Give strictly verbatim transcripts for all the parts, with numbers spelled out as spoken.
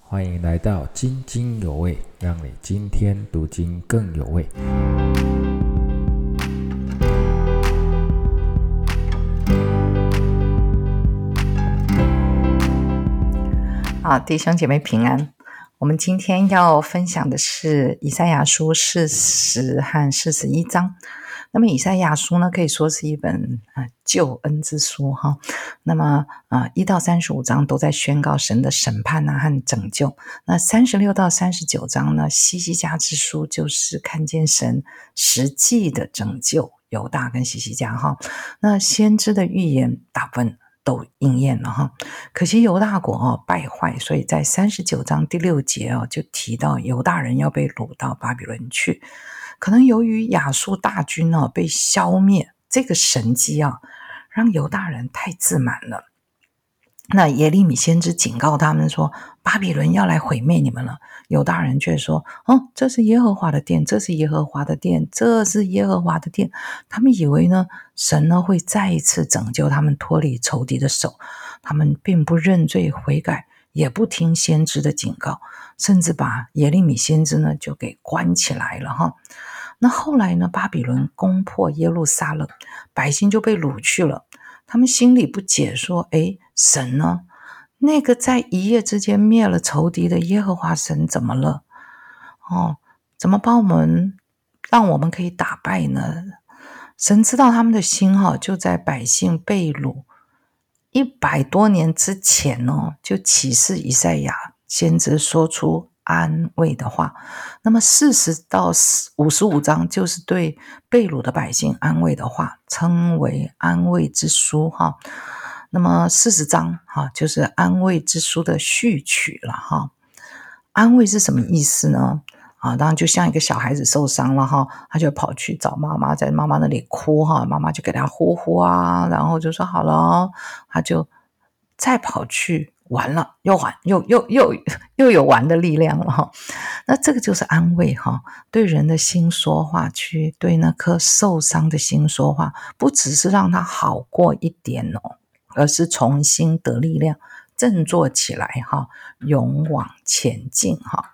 欢迎来到津津有味，让你今天读经更有味。 好，弟兄姐妹平安。我们今天要分享的是以赛亚书四十和四十一章。那么以赛亚书呢，可以说是一本、呃、救恩之书哈。那么呃一到三十五章都在宣告神的审判啊和拯救。那三十六到三十九章呢，西西家之书就是看见神实际的拯救犹大跟西西家哈。那先知的预言大部分都应验了哈。可惜犹大国哦败坏，所以在三十九章第六节哦就提到犹大人要被掳到巴比伦去。可能由于亚述大军哦被消灭，这个神迹啊让犹大人太自满了。那耶利米先知警告他们说，巴比伦要来毁灭你们了。犹大人却说，哦，这是耶和华的殿，这是耶和华的殿，这是耶和华的殿。他们以为呢，神呢会再一次拯救他们脱离仇敌的手。他们并不认罪悔改，也不听先知的警告，甚至把耶利米先知呢就给关起来了哈。那后来呢，巴比伦攻破耶路撒冷，百姓就被掳去了。他们心里不解说，诶，神呢？那个在一夜之间灭了仇敌的耶和华神怎么了？哦，怎么把我们让我们可以打败呢？神知道他们的心哈，就在百姓被掳一百多年之前哦，就启示以赛亚先知说出安慰的话。那么四十到五十五章就是对被掳的百姓安慰的话，称为安慰之书哈。那么四十章哈就是安慰之书的序曲了哈。安慰是什么意思呢？啊，当然就像一个小孩子受伤了哈，他就跑去找妈妈，在妈妈那里哭哈，妈妈就给他呼呼啊，然后就说好了，他就再跑去玩了，又玩又又又又有玩的力量了哈。那这个就是安慰哈，对人的心说话，去对那颗受伤的心说话，不只是让他好过一点哦，而是重新得力量，振作起来哈，勇往前进哈。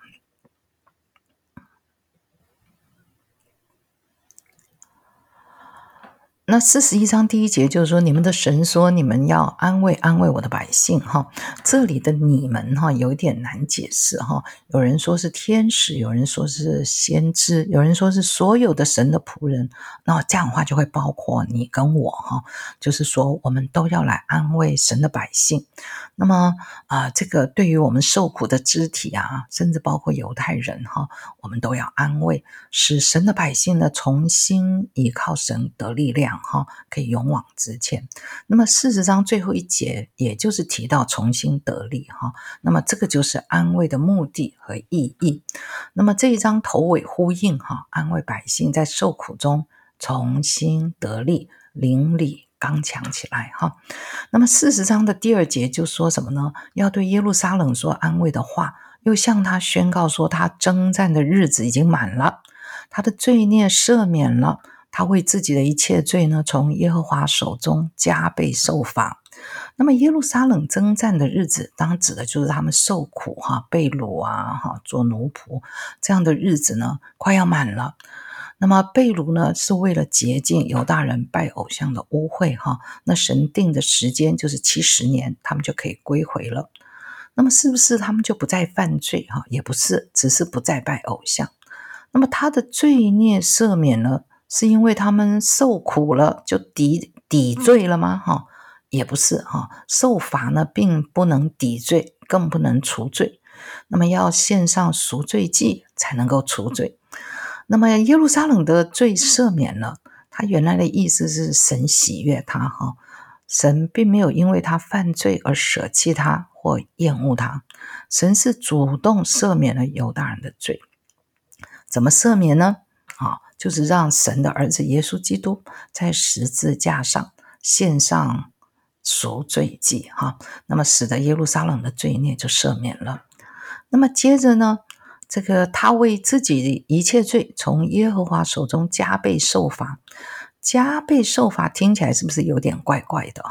那四十一章第一节就是说，你们的神说你们要安慰安慰我的百姓哈。这里的你们哈有点难解释哈，有人说是天使，有人说是先知，有人说是所有的神的仆人。那这样的话就会包括你跟我哈，就是说我们都要来安慰神的百姓。那么啊、呃，这个对于我们受苦的肢体啊，甚至包括犹太人哈，我们都要安慰，使神的百姓呢重新依靠神得力量哈，可以勇往直前。那么四十章最后一节也就是提到重新得力哈，那么这个就是安慰的目的和意义。那么这一章头尾呼应哈，安慰百姓在受苦中重新得力，灵里刚强起来哈。那么四十章的第二节就说什么呢？要对耶路撒冷说安慰的话，又向他宣告说他征战的日子已经满了，他的罪孽赦免了，他为自己的一切罪呢，从耶和华手中加倍受罚。那么耶路撒冷征战的日子，当然指的就是他们受苦哈，被掳啊，哈，做奴仆这样的日子呢，快要满了。那么被掳呢，是为了洁净犹大人拜偶像的污秽哈。那神定的时间就是七十年，他们就可以归回了。那么是不是他们就不再犯罪哈？也不是，只是不再拜偶像。那么他的罪孽赦免了，是因为他们受苦了就抵抵罪了吗？哈，也不是哈。受罚呢，并不能抵罪，更不能除罪。那么要献上赎罪祭才能够除罪。那么耶路撒冷的罪赦免了，他原来的意思是神喜悦他哈，神并没有因为他犯罪而舍弃他或厌恶他，神是主动赦免了犹大人的罪。怎么赦免呢？啊，就是让神的儿子耶稣基督在十字架上献上赎罪祭哈，那么使得耶路撒冷的罪孽就赦免了。那么接着呢，这个他为自己的一切罪从耶和华手中加倍受罚。加倍受罚听起来是不是有点怪怪的哈？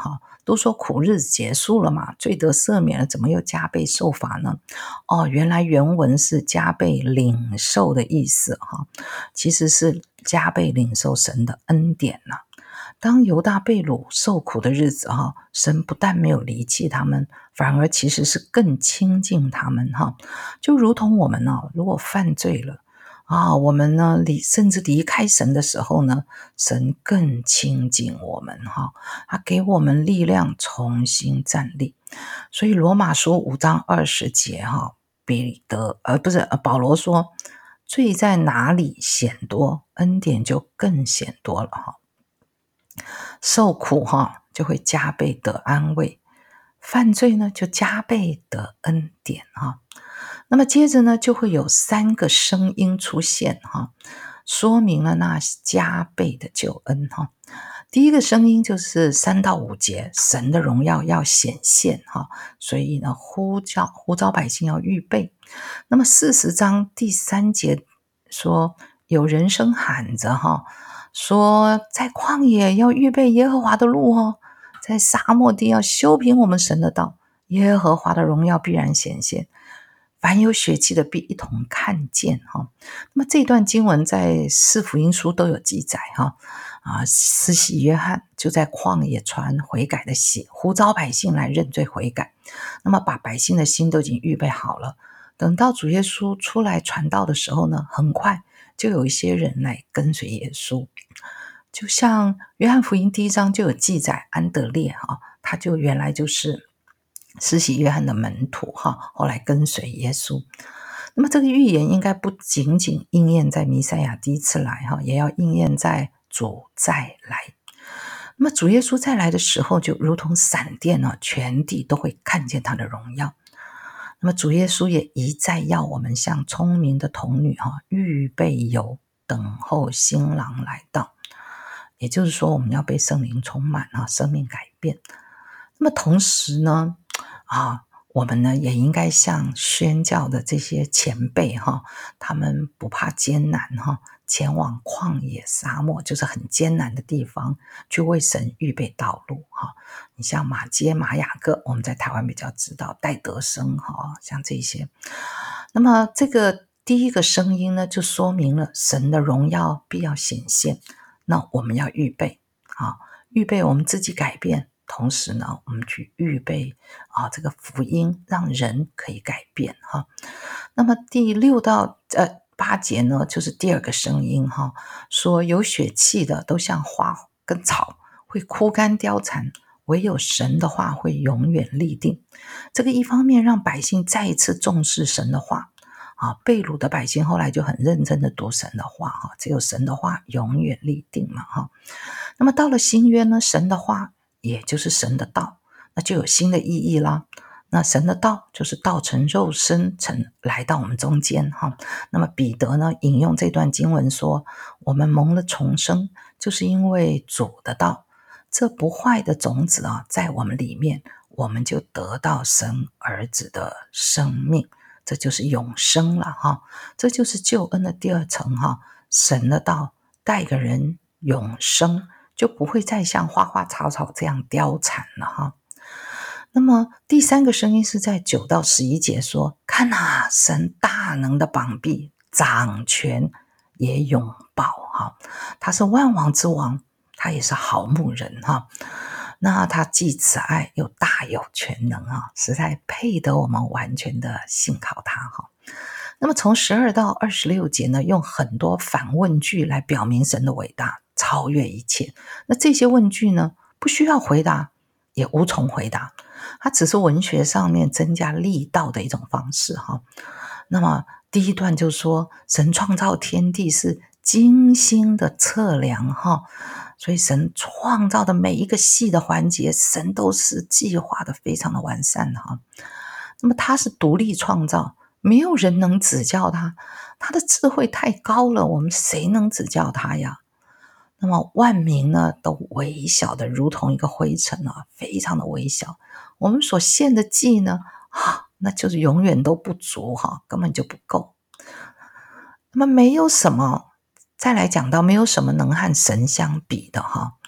都说苦日子结束了嘛，罪得赦免了，怎么又加倍受罚呢？哦，原来原文是加倍领受的意思哈，其实是加倍领受神的恩典呐、当犹大被掳受苦的日子哈，神不但没有离弃他们，反而其实是更亲近他们哈。就如同我们呢，如果犯罪了啊，我们呢离甚至离开神的时候呢，神更亲近我们哈，他给我们力量重新站立。所以罗马书五章二十节哈，彼得呃不是呃保罗说，罪在哪里显多，恩典就更显多了哈。受苦哈就会加倍的安慰，犯罪呢就加倍的恩典哈。那么接着呢就会有三个声音出现哈，说明了那加倍的救恩哈。第一个声音就是三到五节，神的荣耀要显现哈，所以呢呼叫呼召百姓要预备。那么四十章第三节说，有人声喊着哈，说在旷野要预备耶和华的路哦，在沙漠地要修平我们神的道，耶和华的荣耀必然显现，凡有血气的必一同看见哈。那么这段经文在四福音书都有记载哈。啊，施洗约翰就在旷野传悔改的血，呼召百姓来认罪悔改。那么把百姓的心都已经预备好了，等到主耶稣出来传道的时候呢，很快就有一些人来跟随耶稣。就像约翰福音第一章就有记载，安德烈哈，他就原来就是施洗约翰的门徒哈，后来跟随耶稣。那么这个预言应该不仅仅应验在弥赛亚第一次来哈，也要应验在主再来。那么主耶稣再来的时候，就如同闪电呢，全地都会看见他的荣耀。那么主耶稣也一再要我们像聪明的童女哈，预备油，等候新郎来到。也就是说，我们要被圣灵充满啊，生命改变。那么同时呢，啊，我们呢也应该像宣教的这些前辈哈，他们不怕艰难哈，前往旷野沙漠，就是很艰难的地方，去为神预备道路哈。你像马街、马雅各，我们在台湾比较知道，戴德生哈，像这些。那么这个第一个声音呢，就说明了神的荣耀必要显现。那我们要预备啊，预备我们自己改变，同时呢，我们去预备啊这个福音，让人可以改变哈。那么第六到呃八节呢，就是第二个声音哈，说有血气的都像花跟草，会枯干凋残，唯有神的话会永远立定。这个一方面让百姓再一次重视神的话。啊，被掳的百姓后来就很认真的读神的话哈，只有神的话永远立定嘛哈。那么到了新约呢，神的话也就是神的道，那就有新的意义啦。那神的道就是道成肉身，成来到我们中间哈。那么彼得呢引用这段经文说，我们蒙了重生，就是因为主的道，这不坏的种子啊，在我们里面，我们就得到神儿子的生命。这就是永生了哈，这就是救恩的第二层哈。神的道带给人永生，就不会再像花花草草这样凋残了哈。那么第三个声音是在九到十一节说，看啊，神大能的膀臂掌权也拥抱哈，他是万王之王，他也是好牧人哈。那他既慈爱又大有全能啊，实在配得我们完全的信靠他哈。那么从十二到二十六节呢，用很多反问句来表明神的伟大，超越一切。那这些问句呢，不需要回答，也无从回答，它只是文学上面增加力道的一种方式哈。那么第一段就说，神创造天地是精心的测量哈。所以神创造的每一个细的环节，神都是计划的非常的完善哈。那么他是独立创造，没有人能指教他，他的智慧太高了，我们谁能指教他呀？那么万民呢，都微小的如同一个灰尘啊，非常的微小。我们所献的祭呢，啊，那就是永远都不足哈，根本就不够。那么没有什么。再来讲到没有什么能和神相比的哈，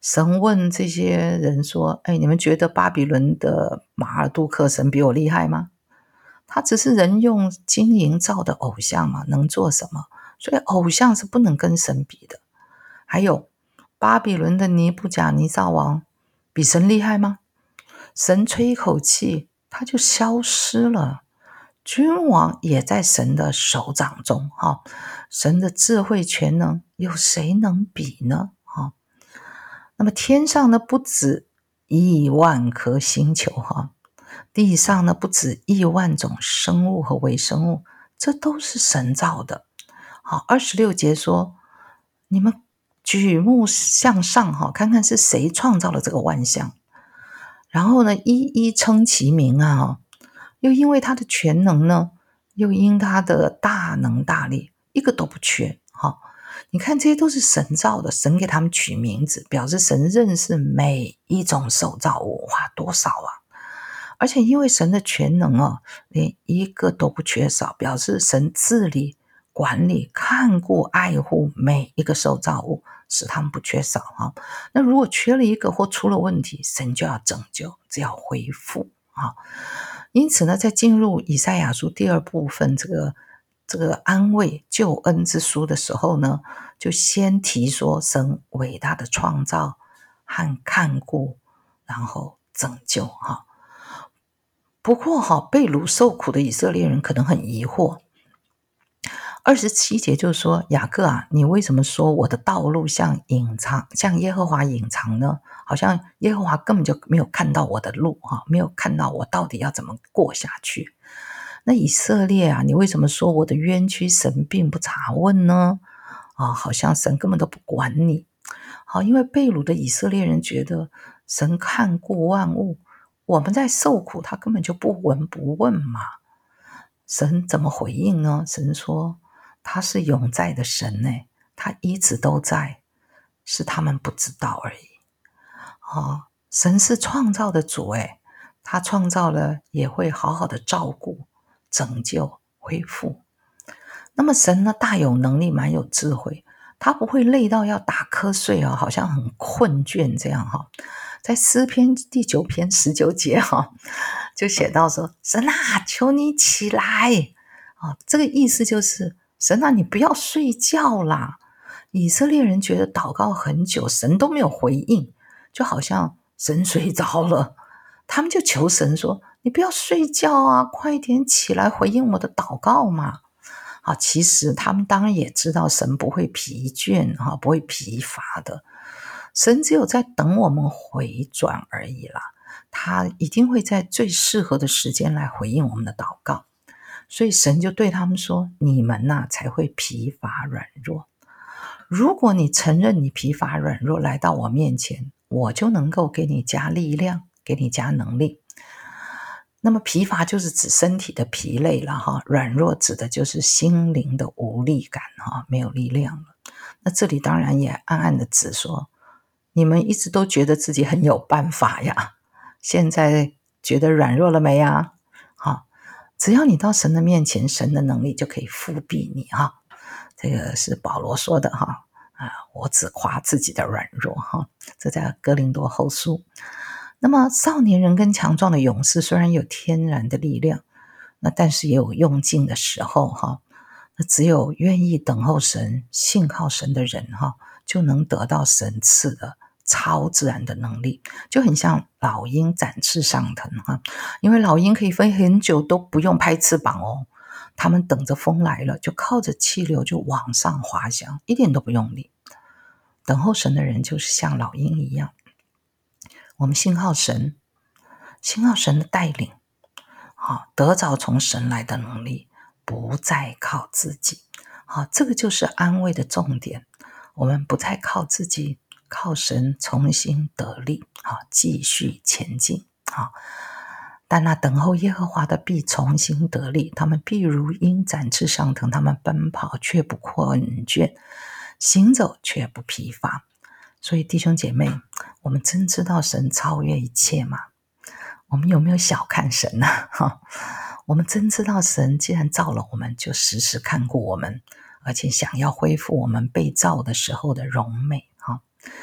神问这些人说，哎，你们觉得巴比伦的马尔杜克神比我厉害吗？他只是人用金银造的偶像嘛，能做什么？所以偶像是不能跟神比的。还有巴比伦的尼布甲尼撒王比神厉害吗？神吹一口气，他就消失了。君王也在神的手掌中，哈，神的智慧全能，有谁能比呢？哈，那么天上呢，不止亿万颗星球，哈，地上呢，不止亿万种生物和微生物，这都是神造的。好，二十六节说，你们举目向上，哈，看看是谁创造了这个万象。然后呢，一一称其名啊，又因为他的全能呢，又因他的大能大力，一个都不缺。哈，你看这些都是神造的，神给他们取名字，表示神认识每一种受造物，哇，多少啊！而且因为神的全能哦，连一个都不缺少，表示神治理、管理、看顾、爱护每一个受造物，使他们不缺少哈。那如果缺了一个或出了问题，神就要拯救，只要恢复啊。因此呢，在进入以赛亚书第二部分这个这个安慰救恩之书的时候呢，就先提说神伟大的创造和看顾，然后拯救哈。不过哈，被掳受苦的以色列人可能很疑惑。二十七节就说，雅各啊，你为什么说我的道路像隐藏，像耶和华隐藏呢？好像耶和华根本就没有看到我的路哈，没有看到我到底要怎么过下去。那以色列啊，你为什么说我的冤屈神并不查问呢？啊，好像神根本都不管你。好，因为被掳的以色列人觉得神看顾万物，我们在受苦，他根本就不闻不问嘛。神怎么回应呢？神说他是永在的神呢，他一直都在，是他们不知道而已。哦，神是创造的主诶，他创造了也会好好的照顾、拯救、恢复。那么神呢，大有能力，蛮有智慧，他不会累到要打瞌睡哦，好像很困倦这样哈。在诗篇第九篇十九节哈，就写到说，神啊，求你起来啊！这个意思就是，神啊，你不要睡觉啦。以色列人觉得祷告很久，神都没有回应，就好像神睡着了，他们就求神说，你不要睡觉啊，快点起来回应我的祷告嘛。啊，其实他们当然也知道神不会疲倦，哈，不会疲乏的。神只有在等我们回转而已啦，他一定会在最适合的时间来回应我们的祷告。所以神就对他们说，你们呐、啊、才会疲乏软弱。如果你承认你疲乏软弱来到我面前，我就能够给你加力量，给你加能力。那么疲乏就是指身体的疲累了哈，软弱指的就是心灵的无力感哈，没有力量了。那这里当然也暗暗的指说，你们一直都觉得自己很有办法呀，现在觉得软弱了没呀？好，只要你到神的面前，神的能力就可以复庇你哈。这个是保罗说的哈，啊，我只夸自己的软弱哈，这在哥林多后书。那么少年人跟强壮的勇士虽然有天然的力量，那但是也有用尽的时候哈。那只有愿意等候神、信靠神的人哈，就能得到神赐的超自然的能力，就很像老鹰展翅上腾哈。因为老鹰可以飞很久都不用拍翅膀哦，他们等着风来了，就靠着气流就往上滑翔，一点都不用力。等候神的人就是像老鹰一样。我们信靠神，信靠神的带领，得着从神来的能力，不再靠自己。这个就是安慰的重点。我们不再靠自己，靠神重新得力，继续前进。但那等候耶和华的必重新得力，他们必如鹰展翅上腾，他们奔跑却不困倦，行走却不疲乏。所以弟兄姐妹，我们真知道神超越一切吗？我们有没有小看神呢、啊？我们真知道神既然造了我们，就时时看顾我们，而且想要恢复我们被造的时候的荣美。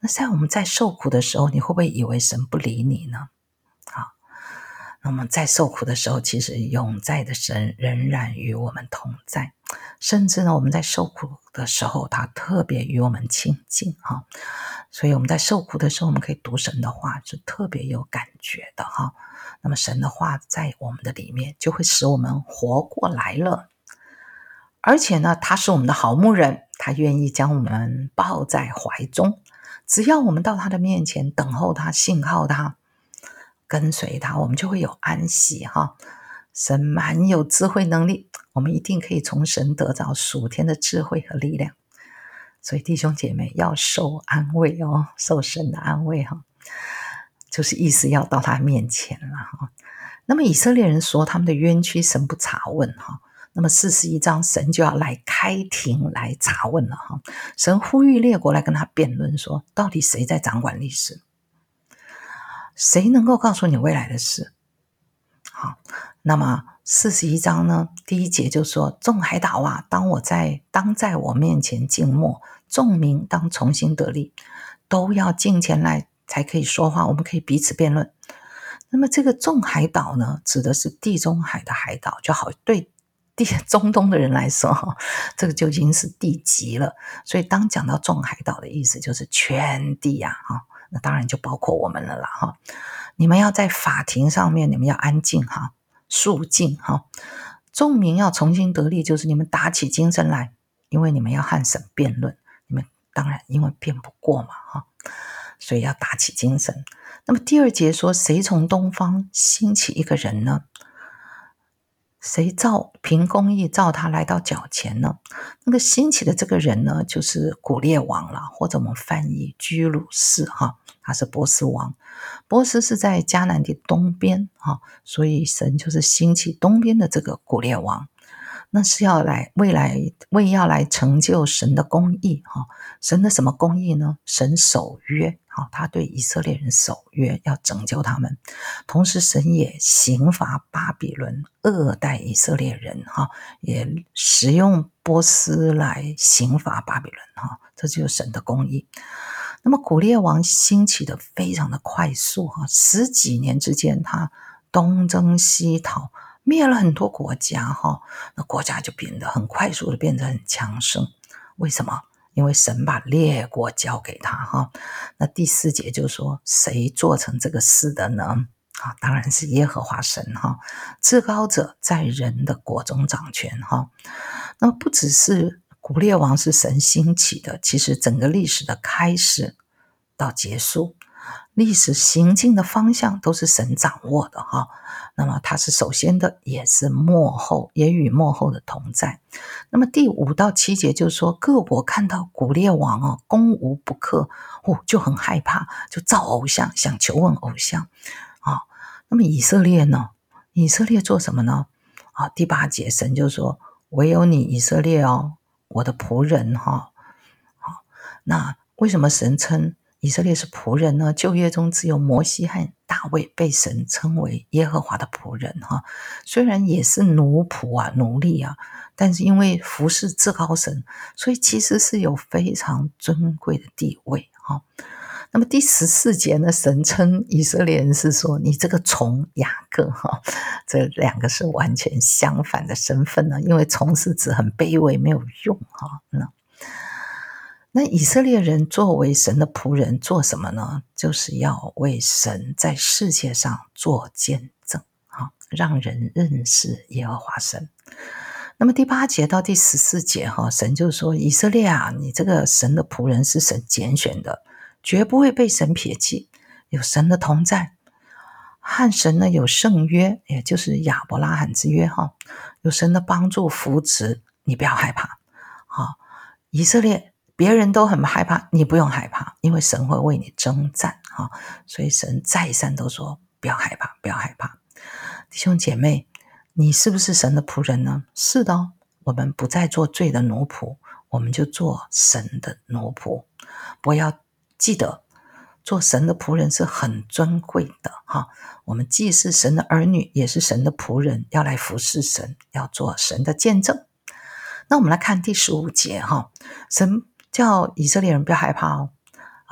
那在我们在受苦的时候，你会不会以为神不理你呢？好，那么在受苦的时候，其实永在的神仍然与我们同在，甚至呢，我们在受苦的时候，他特别与我们亲近哈。所以我们在受苦的时候，我们可以读神的话，是特别有感觉的哈。那么神的话在我们的里面，就会使我们活过来了。而且呢，他是我们的好牧人，他愿意将我们抱在怀中，只要我们到他的面前等候他，信靠他，跟随他，我们就会有安息哈。神蛮有智慧能力，我们一定可以从神得到属天的智慧和力量。所以弟兄姐妹要受安慰哦，受神的安慰哈，就是意思要到他面前了哈。那么以色列人说他们的冤屈神不查问哈，那么四十一章神就要来开庭来查问了哈。神呼吁列国来跟他辩论说，到底谁在掌管历史？谁能够告诉你未来的事？好，那么四十一章呢，第一节就说，众海岛啊，当我在当在我面前静默，众民当重新得力，都要进前来才可以说话，我们可以彼此辩论。那么这个众海岛呢，指的是地中海的海岛，就好对地中东的人来说，这个就已经是地级了。所以当讲到众海岛的意思，就是全地啊，那当然就包括我们了啦哈。你们要在法庭上面，你们要安静哈，肃静哈。众民要重新得力，就是你们打起精神来，因为你们要和神辩论。你们当然因为辩不过嘛哈，所以要打起精神。那么第二节说，谁从东方兴起一个人呢？谁照凭公义照他来到脚前呢？那个兴起的这个人呢，就是古列王了，或者我们翻译居鲁士哈，他是波斯王。波斯是在迦南地东边哈，所以神就是兴起东边的这个古列王。那是要来未来为要来成就神的公义哈。神的什么公义呢？神守约，他对以色列人守约，要拯救他们。同时神也刑罚巴比伦，恶待以色列人哈，也使用波斯来刑罚巴比伦哈，这就是神的公义。那么古列王兴起的非常的快速哈，十几年之间他东征西讨，灭了很多国家哈，那国家就变得很快速的变得很强盛。为什么？因为神把列国交给他哈。那第四节就说，谁做成这个事的呢？啊，当然是耶和华神哈，至高者在人的国中掌权哈。那么不只是古列王是神兴起的，其实整个历史的开始到结束，历史行进的方向都是神掌握的哈。那么他是首先的，也是末后，也与末后的同在。那么第五到七节就是说，各国看到古列王哦，攻无不克，哦，就很害怕，就造偶像，想求问偶像啊。那么以色列呢？以色列做什么呢？啊，第八节神就说，唯有你以色列哦，我的仆人哈。好，那为什么神称以色列是仆人呢？旧约中只有摩西和大卫被神称为耶和华的仆人哈，虽然也是奴仆啊、奴隶啊，但是因为服侍至高神，所以其实是有非常尊贵的地位哈。那么第十四节呢，神称以色列人是说，你这个从雅各哈，这两个是完全相反的身份呢，因为从是指很卑微，没有用哈。那那以色列人作为神的仆人做什么呢？就是要为神在世界上做见证，让人认识耶和华神。那么第八节到第十四节，神就说，以色列啊，你这个神的仆人是神拣选的，绝不会被神撇弃，有神的同在，和神呢有圣约，也就是亚伯拉罕之约，有神的帮助扶持，你不要害怕。以色列别人都很害怕，你不用害怕，因为神会为你征战哈。所以神再三都说不要害怕，不要害怕。弟兄姐妹，你是不是神的仆人呢？是的哦，我们不再做罪的奴仆，我们就做神的奴仆。不过要记得，做神的仆人是很尊贵的哈。我们既是神的儿女，也是神的仆人，要来服侍神，要做神的见证。那我们来看第十五节哈，神叫以色列人不要害怕哦，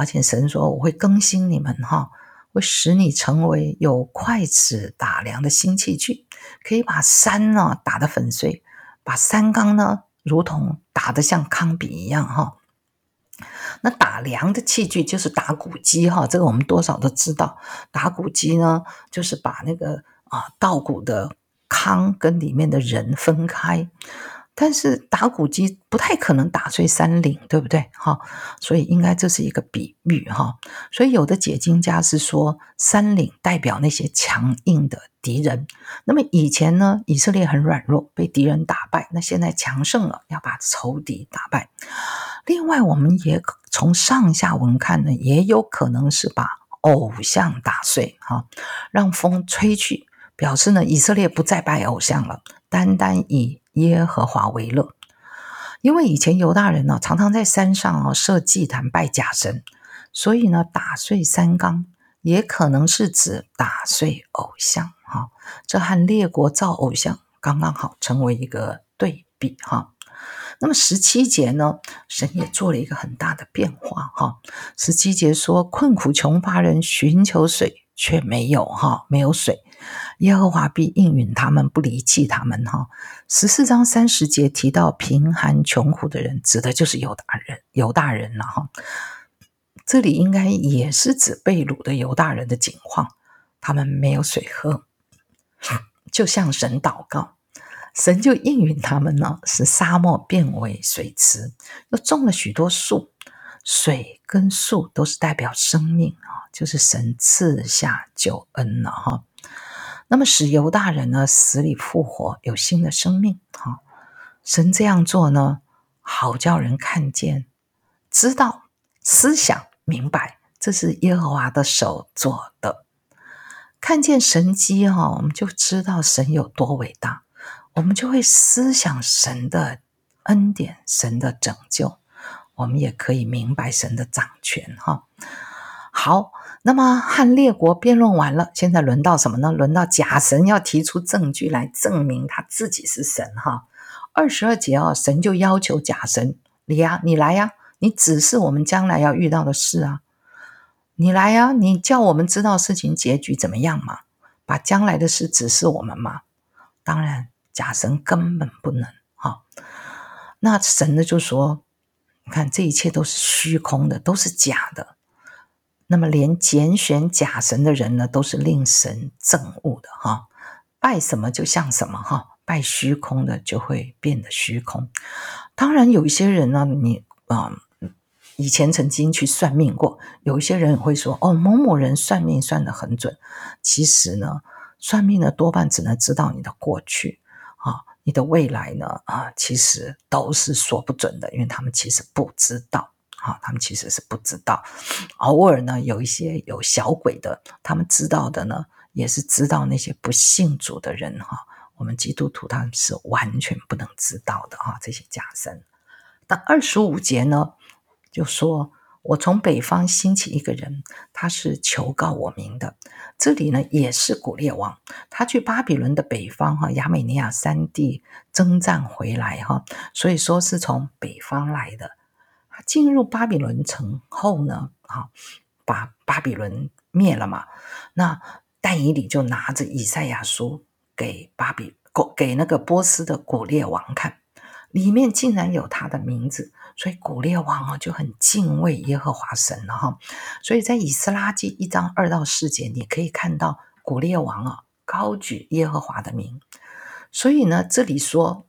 而且神说我会更新你们哈，会使你成为有筷子打粮的新器具，可以把山呢打得粉碎，把山冈呢如同打得像糠秕一样哈。那打粮的器具就是打谷机哈，这个我们多少都知道。打谷机呢，就是把那个啊稻谷的糠跟里面的人分开。但是打谷机不太可能打碎山岭，对不对？哈，所以应该这是一个比喻哈。所以有的解经家是说，山岭代表那些强硬的敌人。那么以前呢，以色列很软弱，被敌人打败，那现在强盛了，要把仇敌打败。另外，我们也从上下文看呢，也有可能是把偶像打碎哈，让风吹去，表示呢，以色列不再拜偶像了，单单以耶和华为乐。因为以前犹大人呢，常常在山上哦设祭坛拜假神，所以呢，打碎山冈也可能是指打碎偶像哈。这和列国造偶像刚刚好成为一个对比哈。那么十七节呢，神也做了一个很大的变化哈。十七节说，困苦穷乏人寻求水，却没有哈，没有水。耶和华必应允他们，不离弃他们哈。十四章三十节提到贫寒穷苦的人，指的就是犹大人，犹大人了哈。这里应该也是指被掳的犹大人的境况，他们没有水喝，就向神祷告。神就应允他们呢，使沙漠变为水池，又种了许多树。水跟树都是代表生命啊，就是神赐下救恩了哈。那么使犹大人呢死里复活，有新的生命哈。神这样做呢，好叫人看见、知道、思想、明白，这是耶和华的手做的。看见神迹哈，我们就知道神有多伟大。我们就会思想神的恩典，神的拯救，我们也可以明白神的掌权哈。好，那么和列国辩论完了，现在轮到什么呢？轮到假神要提出证据来证明他自己是神哈。二十二节哦，神就要求假神，你呀、啊，你来呀、啊，你指示我们将来要遇到的事啊，你来呀、啊，你叫我们知道事情结局怎么样嘛，把将来的事指示我们嘛。当然假神根本不能哈，那神呢就说，你看这一切都是虚空的，都是假的。那么连拣选假神的人呢，都是令神憎恶的哈。拜什么就像什么哈，拜虚空的就会变得虚空。当然有一些人呢，你啊、呃，以前曾经去算命过，有一些人会说，哦，某某人算命算得很准。其实呢，算命呢多半只能知道你的过去。啊，你的未来呢？啊，其实都是说不准的，因为他们其实不知道，啊，他们其实是不知道。偶尔呢，有一些有小鬼的，他们知道的呢，也是知道那些不信主的人哈。我们基督徒他们是完全不能知道的啊，这些假神。那二十五节呢，就说，我从北方兴起一个人，他是求告我名的。这里呢也是古列王，他去巴比伦的北方哈，亚美尼亚三地征战回来哈，所以说是从北方来的。他进入巴比伦城后呢，哈，把巴比伦灭了嘛。那但以理就拿着以赛亚书给巴比给那个波斯的古列王看，里面竟然有他的名字。所以古列王啊就很敬畏耶和华神了哈，所以在以斯拉记一章二到四节，你可以看到古列王啊高举耶和华的名，所以呢这里说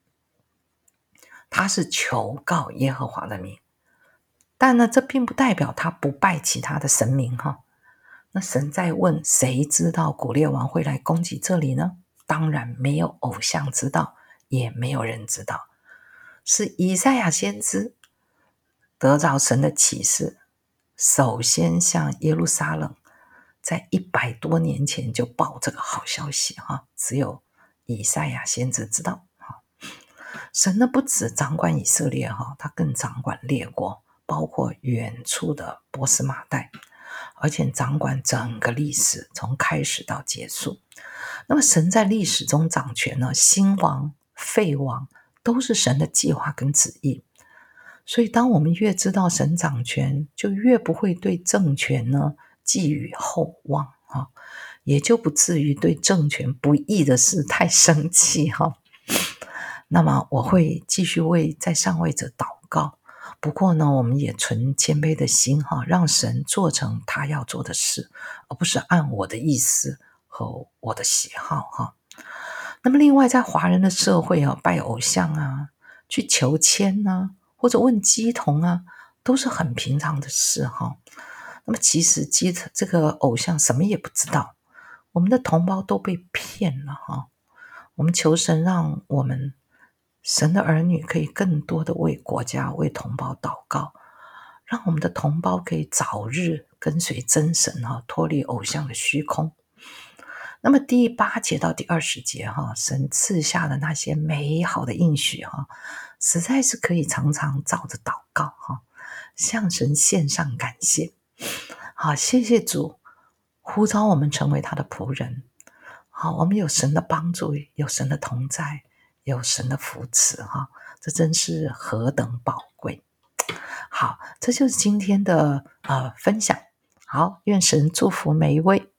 他是求告耶和华的名，但呢这并不代表他不拜其他的神明哈。那神在问，谁知道古列王会来攻击这里呢？当然没有偶像知道，也没有人知道。是以赛亚先知得着神的启示，首先向耶路撒冷在一百多年前就报这个好消息哈，只有以赛亚先知知道哈。神呢不只掌管以色列哈，他更掌管列国，包括远处的波斯马代，而且掌管整个历史，从开始到结束。那么神在历史中掌权呢，兴亡废亡都是神的计划跟旨意。 所以当我们越知道神掌权，就越不会对政权呢寄予厚望哈，也就不至于对政权不义的事太生气哈。那么我会继续为在上位者祷告，不过呢，我们也存谦卑的心哈，让神做成他要做的事，而不是按我的意思和我的喜好哈。那么另外在华人的社会啊，拜偶像啊，去求签啊，或者问鸡童啊，都是很平常的事哈。那么其实鸡这个偶像什么也不知道，我们的同胞都被骗了哈。我们求神让我们神的儿女可以更多的为国家、为同胞祷告，让我们的同胞可以早日跟随真神哈，脱离偶像的虚空。那么第八节到第二十节哈，神赐下的那些美好的应许哈，实在是可以常常照着祷告哈，向神献上感谢。好，谢谢主呼召我们成为他的仆人。好，我们有神的帮助，有神的同在，有神的扶持哈，这真是何等宝贵。好，这就是今天的呃分享。好，愿神祝福每一位。